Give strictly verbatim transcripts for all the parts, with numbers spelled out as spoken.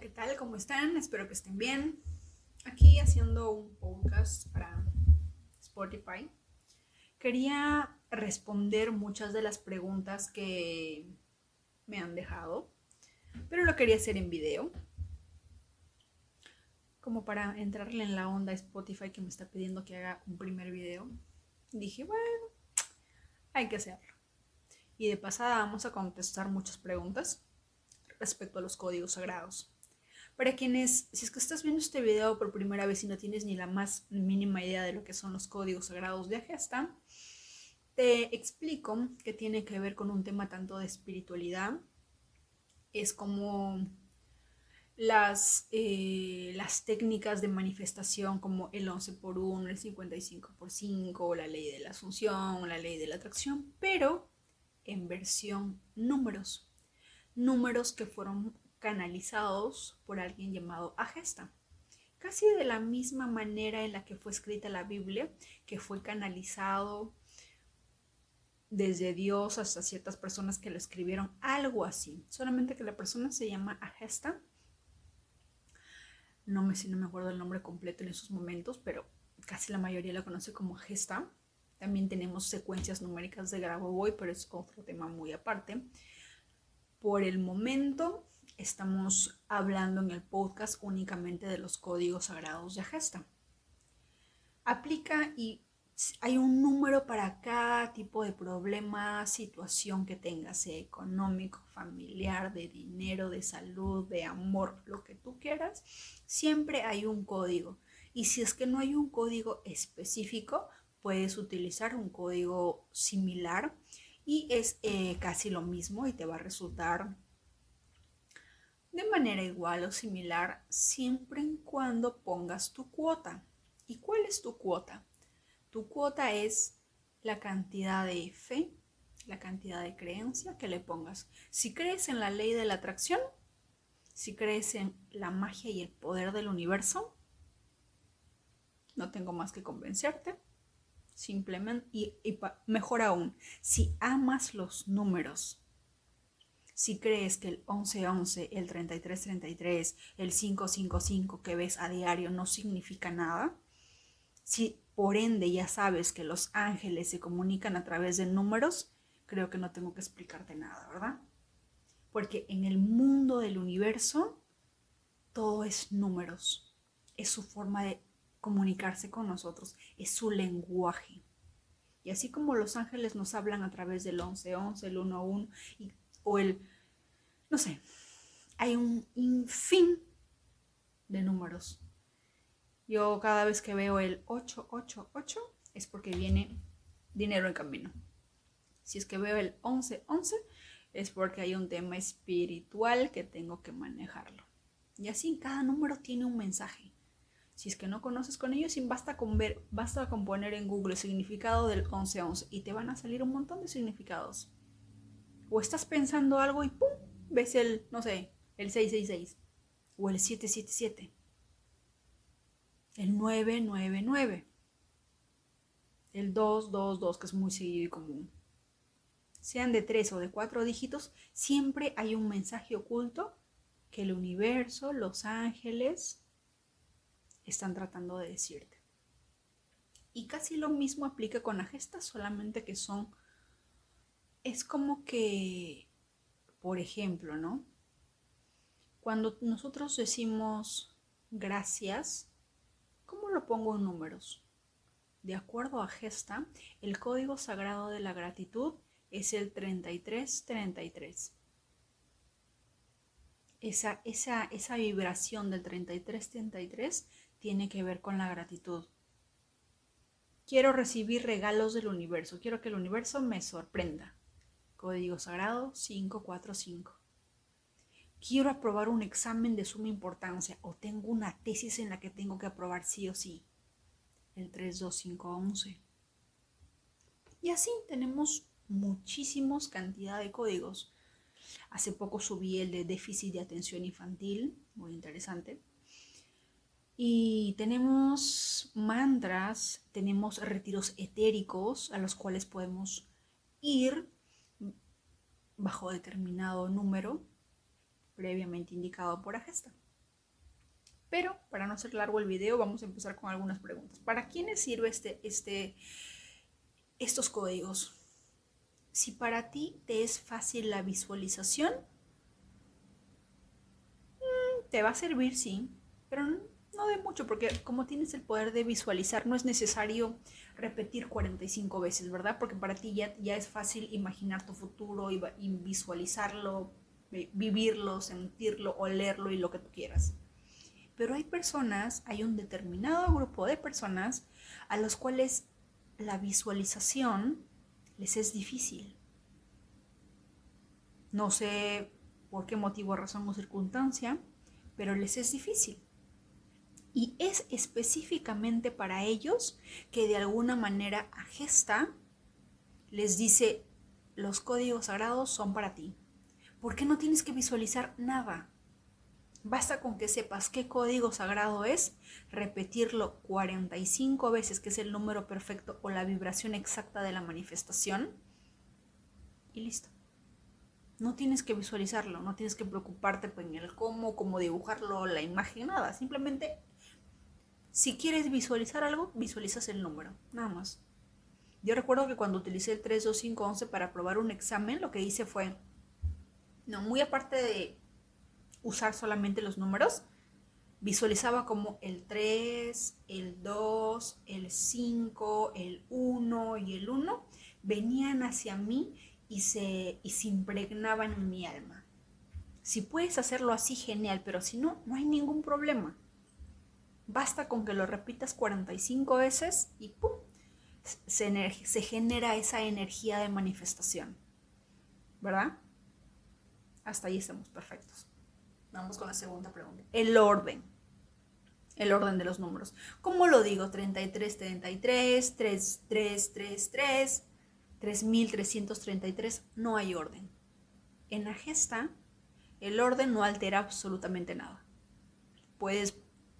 ¿qué tal? ¿Cómo están? Espero que estén bien. Aquí haciendo un podcast para Spotify. Quería responder muchas de las preguntas que me han dejado, pero lo quería hacer en video, como para entrarle en la onda a Spotify que me está pidiendo que haga un primer video. Dije, bueno, hay que hacerlo. Y de pasada vamos a contestar muchas preguntas respecto a los códigos sagrados. Para quienes, si es que estás viendo este video por primera vez y no tienes ni la más mínima idea de lo que son los códigos sagrados de Agesta, te explico que tiene que ver con un tema tanto de espiritualidad, es como las, eh, las técnicas de manifestación como el once por uno, el cincuenta y cinco por cinco, la ley de la asunción, la ley de la atracción, pero en versión números. Números que fueron canalizados por alguien llamado Agesta. Casi de la misma manera en la que fue escrita la Biblia, que fue canalizado desde Dios hasta ciertas personas que lo escribieron, algo así. Solamente que la persona se llama Agesta. No me, no me acuerdo el nombre completo en esos momentos, pero casi la mayoría la conoce como Agesta. También tenemos secuencias numéricas de Grabovoi, pero es otro tema muy aparte. Por el momento estamos hablando en el podcast únicamente de los códigos sagrados de Agesta. Aplica y hay un número para cada tipo de problema, situación que tengas, sea económico, familiar, de dinero, de salud, de amor, lo que tú quieras, siempre hay un código. Y si es que no hay un código específico, puedes utilizar un código similar y es eh, casi lo mismo y te va a resultar de manera igual o similar siempre y cuando pongas tu cuota. ¿Y cuál es tu cuota? Tu cuota es la cantidad de fe, la cantidad de creencia que le pongas. Si crees en la ley de la atracción, si crees en la magia y el poder del universo, no tengo más que convencerte. Simplemente, y, y mejor aún, si amas los números, si crees que el once once, el treinta y tres treinta y tres, el cinco cinco cinco que ves a diario no significa nada, si por ende ya sabes que los ángeles se comunican a través de números, creo que no tengo que explicarte nada, ¿verdad? Porque en el mundo del universo todo es números, es su forma de comunicarse con nosotros, es su lenguaje. Y así como los ángeles nos hablan a través del once once, el uno uno y, o el, no sé, hay un infin de números. Yo cada vez que veo el ocho ocho ocho es porque viene dinero en camino. Si es que veo el once once es porque hay un tema espiritual que tengo que manejarlo. Y así cada número tiene un mensaje. Si es que no conoces con ellos, basta con ver, basta con poner en Google el significado del once once y te van a salir un montón de significados. O estás pensando algo y ¡pum! Ves el, no sé, el seis seis seis o el siete siete siete, el nueve nueve nueve, el dos dos dos, que es muy seguido y común. Sean de tres o de cuatro dígitos, siempre hay un mensaje oculto que el universo, los ángeles están tratando de decirte. Y casi lo mismo aplica con Agesta, solamente que son, es como que, por ejemplo, ¿no? Cuando nosotros decimos gracias, ¿cómo lo pongo en números? De acuerdo a Agesta, el código sagrado de la gratitud es el treinta y tres treinta y tres. Esa, esa, esa vibración del treinta y tres treinta y tres tiene que ver con la gratitud. Quiero recibir regalos del universo. Quiero que el universo me sorprenda. Código sagrado cinco cuatro cinco. Quiero aprobar un examen de suma importancia o tengo una tesis en la que tengo que aprobar sí o sí. El tres dos cinco once. Y así tenemos muchísimos cantidad de códigos. Hace poco subí el de déficit de atención infantil, muy interesante. Y tenemos mantras, tenemos retiros etéricos a los cuales podemos ir bajo determinado número previamente indicado por Agesta. Pero para no hacer largo el video, vamos a empezar con algunas preguntas. ¿Para quiénes sirve este, este, estos códigos? Si para ti te es fácil la visualización, te va a servir, sí, pero no de mucho, porque como tienes el poder de visualizar, no es necesario repetir cuarenta y cinco veces, ¿verdad? Porque para ti ya, ya es fácil imaginar tu futuro y, y visualizarlo, vivirlo, sentirlo, olerlo y lo que tú quieras. Pero hay personas, hay un determinado grupo de personas a los cuales la visualización les es difícil. No sé por qué motivo, razón o circunstancia, pero les es difícil. Y es específicamente para ellos que de alguna manera Agesta les dice, los códigos sagrados son para ti. ¿Por qué no tienes que visualizar nada? Basta con que sepas qué código sagrado es, repetirlo cuarenta y cinco veces, que es el número perfecto o la vibración exacta de la manifestación, y listo. No tienes que visualizarlo, no tienes que preocuparte pues, en el cómo, cómo dibujarlo, la imagen, nada. Simplemente, si quieres visualizar algo, visualizas el número, nada más. Yo recuerdo que cuando utilicé el tres, dos, cinco, once para probar un examen, lo que hice fue, no, muy aparte de usar solamente los números, visualizaba como el tres, el dos, el cinco, el uno y el uno venían hacia mí y se, y se impregnaban en mi alma. Si puedes hacerlo así, genial, pero si no, no hay ningún problema. Basta con que lo repitas cuarenta y cinco veces y ¡pum! Se, se genera esa energía de manifestación, ¿verdad? Hasta ahí estamos perfectos. Vamos con la segunda pregunta. El orden. El orden de los números. ¿Cómo lo digo? treinta y tres, treinta y tres, tres, tres, tres, tres, tres mil trescientos treinta y tres. No hay orden. En Agesta, el orden no altera absolutamente nada. Puedes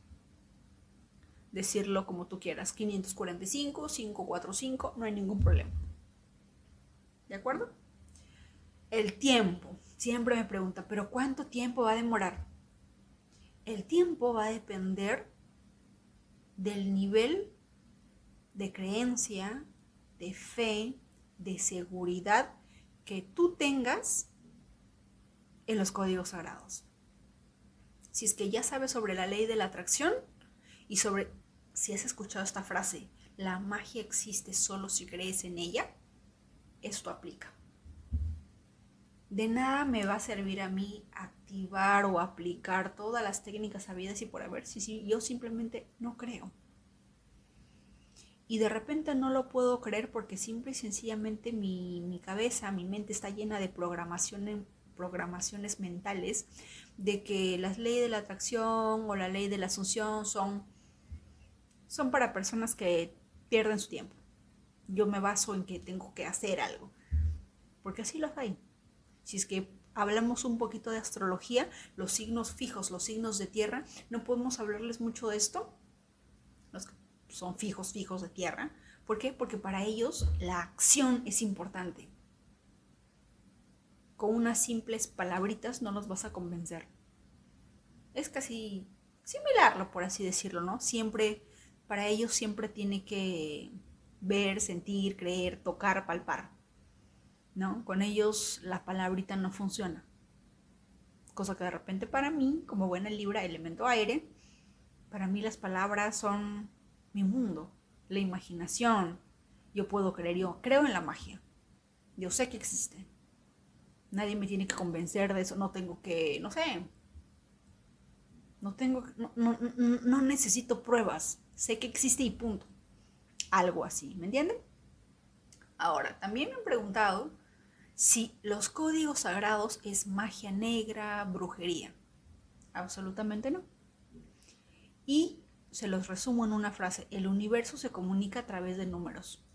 decirlo como tú quieras. quinientos cuarenta y cinco, quinientos cuarenta y cinco, no hay ningún problema. ¿De acuerdo? El tiempo. Siempre me pregunta, ¿pero cuánto tiempo va a demorar? El tiempo va a depender del nivel de creencia, de fe, de seguridad que tú tengas en los códigos sagrados. Si es que ya sabes sobre la ley de la atracción y sobre, si has escuchado esta frase, la magia existe solo si crees en ella, esto aplica. De nada me va a servir a mí activar o aplicar todas las técnicas sabidas y por haber si, si yo simplemente no creo. Y de repente no lo puedo creer porque simple y sencillamente mi, mi cabeza, mi mente está llena de programación, programaciones mentales de que las leyes de la atracción o la ley de la asunción son, son para personas que pierden su tiempo. Yo me baso en que tengo que hacer algo, porque así los hay. Si es que hablamos un poquito de astrología, los signos fijos, los signos de tierra, no podemos hablarles mucho de esto, los que son fijos, fijos de tierra. ¿Por qué? Porque para ellos la acción es importante. Con unas simples palabritas no los vas a convencer. Es casi similar, por así decirlo, ¿no? Siempre, para ellos siempre tiene que ver, sentir, creer, tocar, palpar, ¿no? Con ellos la palabrita no funciona. Cosa que de repente para mí, como buena Libra, elemento aire, para mí las palabras son mi mundo, la imaginación. Yo puedo creer, yo creo en la magia. Yo sé que existe. Nadie me tiene que convencer de eso. No tengo que, no sé. No tengo, no, no, no necesito pruebas. Sé que existe y punto. Algo así, ¿me entienden? Ahora, también me han preguntado si los códigos sagrados es magia negra, brujería. Absolutamente no. Y se los resumo en una frase. El universo se comunica a través de números.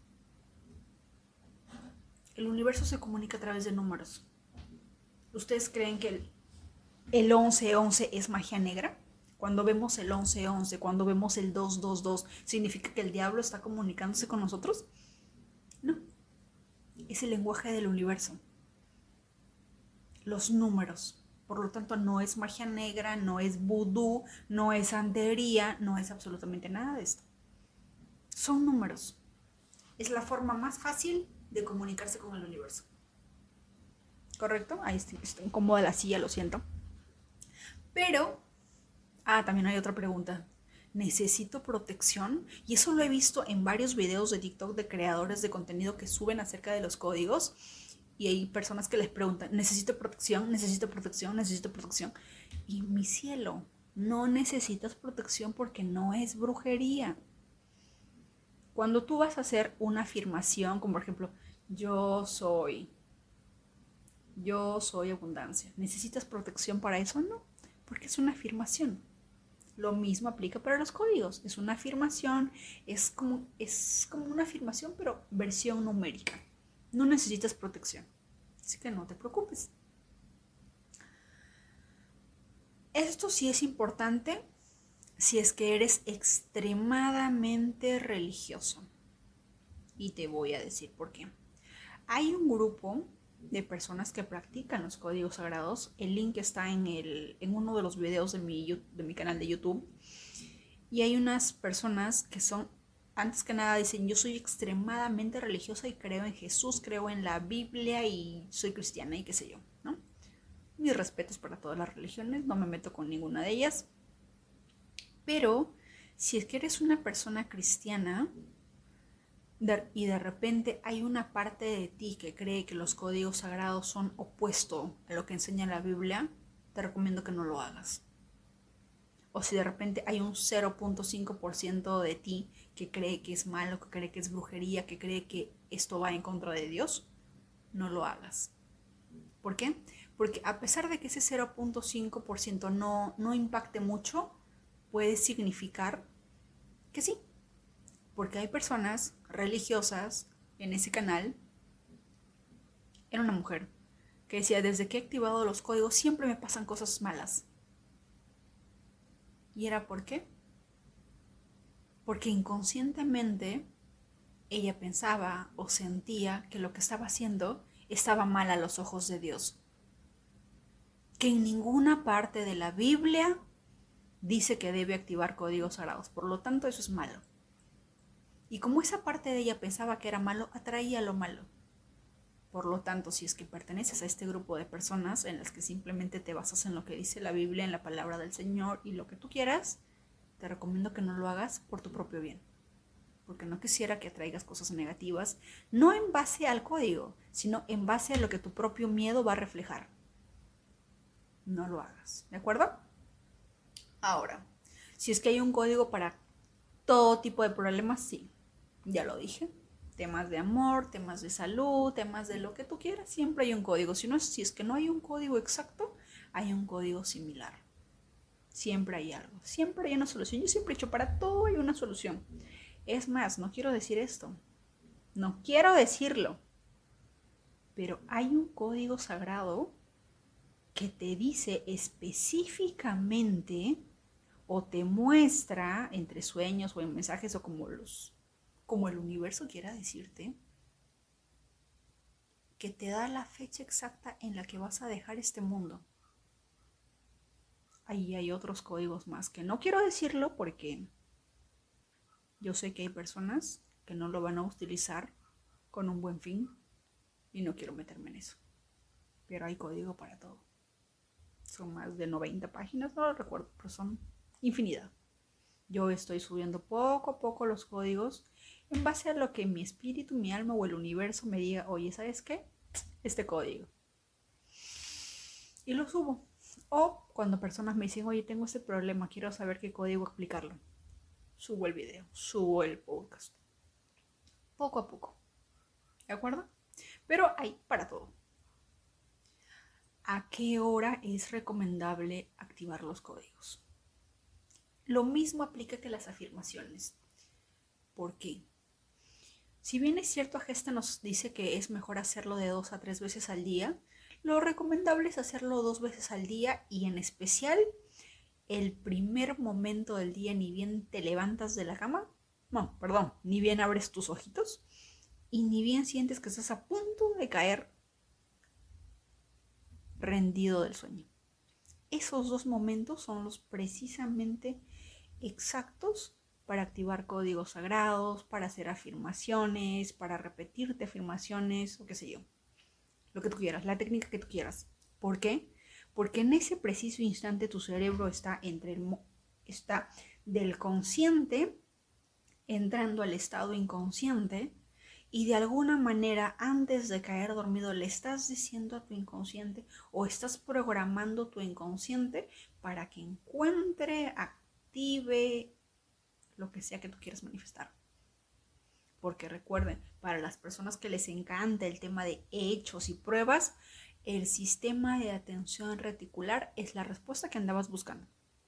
El universo se comunica a través de números. ¿Ustedes creen que el, el once once es magia negra? Cuando vemos el once once, cuando vemos el dos dos dos, ¿significa que el diablo está comunicándose con nosotros? No. Es el lenguaje del universo. Los números. Por lo tanto, no es magia negra, no es vudú, no es santería, no es absolutamente nada de esto. Son números. Es la forma más fácil de comunicarse con el universo. ¿Correcto? Ahí estoy, estoy incómoda la silla, lo siento. Pero, ah, también hay otra pregunta. ¿Necesito protección? Y eso lo he visto en varios videos de TikTok de creadores de contenido que suben acerca de los códigos. Y hay personas que les preguntan, ¿necesito protección? ¿Necesito protección? ¿Necesito protección? Y mi cielo, no necesitas protección porque no es brujería. Cuando tú vas a hacer una afirmación, como por ejemplo, yo soy, yo soy abundancia, ¿necesitas protección para eso? No, porque es una afirmación. Lo mismo aplica para los códigos. Es una afirmación, es como, es como una afirmación, pero versión numérica. No necesitas protección. Así que no te preocupes. Esto sí es importante si es que eres extremadamente religioso. Y te voy a decir por qué. Hay un grupo de personas que practican los códigos sagrados. El link está en, el, en uno de los videos de mi, de mi canal de YouTube. Y hay unas personas que son, antes que nada dicen, yo soy extremadamente religiosa y creo en Jesús, creo en la Biblia y soy cristiana y qué sé yo, ¿no? Mis respetos para todas las religiones, no me meto con ninguna de ellas. Pero si es que eres una persona cristiana de, y de repente hay una parte de ti que cree que los códigos sagrados son opuesto a lo que enseña la Biblia, te recomiendo que no lo hagas. O si de repente hay un cero punto cinco por ciento de ti que cree que es malo, que cree que es brujería, que cree que esto va en contra de Dios, no lo hagas. ¿Por qué? Porque a pesar de que ese cero punto cinco por ciento no, no impacte mucho, puede significar que sí. Porque hay personas religiosas en ese canal. Era una mujer que decía, desde que he activado los códigos siempre me pasan cosas malas. ¿Y era por qué? Porque inconscientemente ella pensaba o sentía que lo que estaba haciendo estaba mal a los ojos de Dios. Que en ninguna parte de la Biblia dice que debe activar códigos sagrados. Por lo tanto, eso es malo. Y como esa parte de ella pensaba que era malo, atraía lo malo. Por lo tanto, si es que perteneces a este grupo de personas en las que simplemente te basas en lo que dice la Biblia, en la palabra del Señor y lo que tú quieras, te recomiendo que no lo hagas por tu propio bien. Porque no quisiera que atraigas cosas negativas, no en base al código, sino en base a lo que tu propio miedo va a reflejar. No lo hagas, ¿de acuerdo? Ahora, si es que hay un código para todo tipo de problemas, sí, ya lo dije. Temas de amor, temas de salud, temas de lo que tú quieras, siempre hay un código. Si, no, si es que no hay un código exacto, hay un código similar. Siempre hay algo, siempre hay una solución. Yo siempre he dicho, para todo hay una solución. Es más, no quiero decir esto, no quiero decirlo, pero hay un código sagrado que te dice específicamente o te muestra entre sueños o en mensajes o como los como el universo quiera decirte, que te da la fecha exacta en la que vas a dejar este mundo. Ahí hay otros códigos más que no quiero decirlo porque yo sé que hay personas que no lo van a utilizar con un buen fin y no quiero meterme en eso. Pero hay código para todo. Son más de noventa páginas, no lo recuerdo, pero son infinidad. Yo estoy subiendo poco a poco los códigos en base a lo que mi espíritu, mi alma o el universo me diga, oye, ¿sabes qué? Este código. Y lo subo. O cuando personas me dicen, oye, tengo este problema, quiero saber qué código explicarlo. Subo el video, subo el podcast. Poco a poco. ¿De acuerdo? Pero hay para todo. ¿A qué hora es recomendable activar los códigos? Lo mismo aplica que las afirmaciones. ¿Por qué? Si bien es cierto, Gesta nos dice que es mejor hacerlo de dos a tres veces al día, lo recomendable es hacerlo dos veces al día y en especial el primer momento del día, ni bien te levantas de la cama, no, perdón, ni bien abres tus ojitos y ni bien sientes que estás a punto de caer rendido del sueño. esos dos momentos son los precisamente exactos para activar códigos sagrados, para hacer afirmaciones, para repetirte afirmaciones o qué sé yo. Lo que tú quieras, la técnica que tú quieras. ¿Por qué? Porque en ese preciso instante tu cerebro está entre el está del consciente entrando al estado inconsciente y de alguna manera antes de caer dormido le estás diciendo a tu inconsciente o estás programando tu inconsciente para que encuentre, active lo que sea que tú quieras manifestar. Porque recuerden, para las personas que les encanta el tema de hechos y pruebas, el sistema de atención reticular es la respuesta que andabas buscando.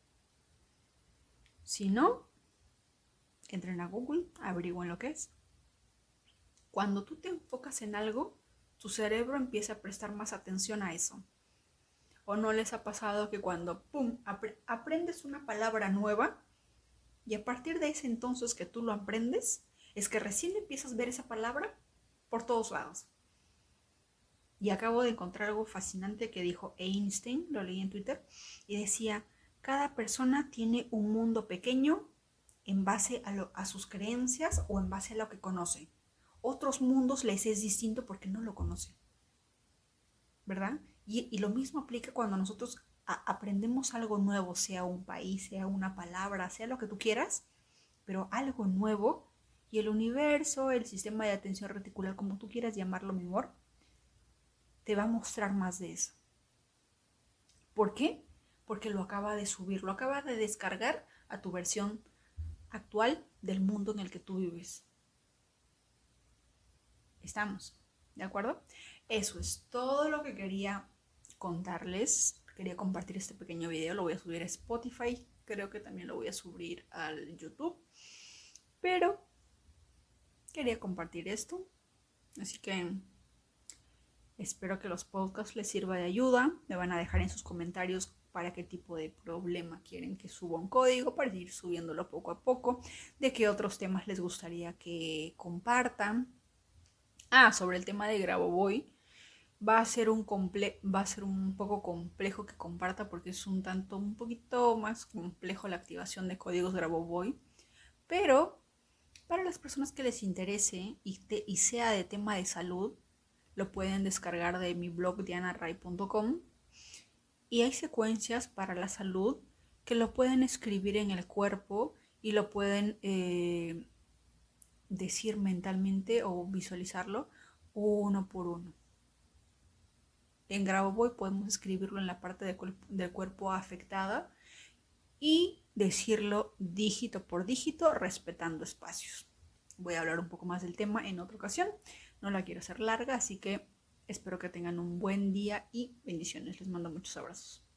Si no, entren a Google, averigüen lo que es. Cuando tú te enfocas en algo, tu cerebro empieza a prestar más atención a eso. ¿O no les ha pasado que cuando pum, ap- aprendes una palabra nueva y a partir de ese entonces que tú lo aprendes, es que recién empiezas a ver esa palabra por todos lados? Y acabo de encontrar algo fascinante que dijo Einstein, lo leí en Twitter, y decía, cada persona tiene un mundo pequeño en base a, lo, a sus creencias o en base a lo que conoce. Otros mundos les es distinto porque no lo conocen, ¿verdad? Y, y lo mismo aplica cuando nosotros a, aprendemos algo nuevo, sea un país, sea una palabra, sea lo que tú quieras, pero algo nuevo, y el universo, el sistema de atención reticular, como tú quieras llamarlo, mi amor, te va a mostrar más de eso. ¿Por qué? Porque lo acaba de subir, lo acaba de descargar a tu versión actual del mundo en el que tú vives. ¿Estamos? ¿De acuerdo? Eso es todo lo que quería contarles. Quería compartir este pequeño video. Lo voy a subir a Spotify. Creo que también lo voy a subir al YouTube. Pero quería compartir esto. Así que espero que los podcasts les sirva de ayuda. Me van a dejar en sus comentarios para qué tipo de problema quieren que suba un código, para ir subiéndolo poco a poco, de qué otros temas les gustaría que compartan. Ah, sobre el tema de Grabovoi, va a ser un comple va a ser un poco complejo que comparta porque es un tanto un poquito más complejo la activación de códigos Grabovoi, pero para las personas que les interese y, te, y sea de tema de salud, lo pueden descargar de mi blog diana ray punto com y hay secuencias para la salud que lo pueden escribir en el cuerpo y lo pueden eh, decir mentalmente o visualizarlo uno por uno. En Grabovoi podemos escribirlo en la parte de cuerp del cuerpo afectada y decirlo dígito por dígito respetando espacios. Voy a hablar un poco más del tema en otra ocasión. No la quiero hacer larga, así que espero que tengan un buen día y bendiciones. Les mando muchos abrazos.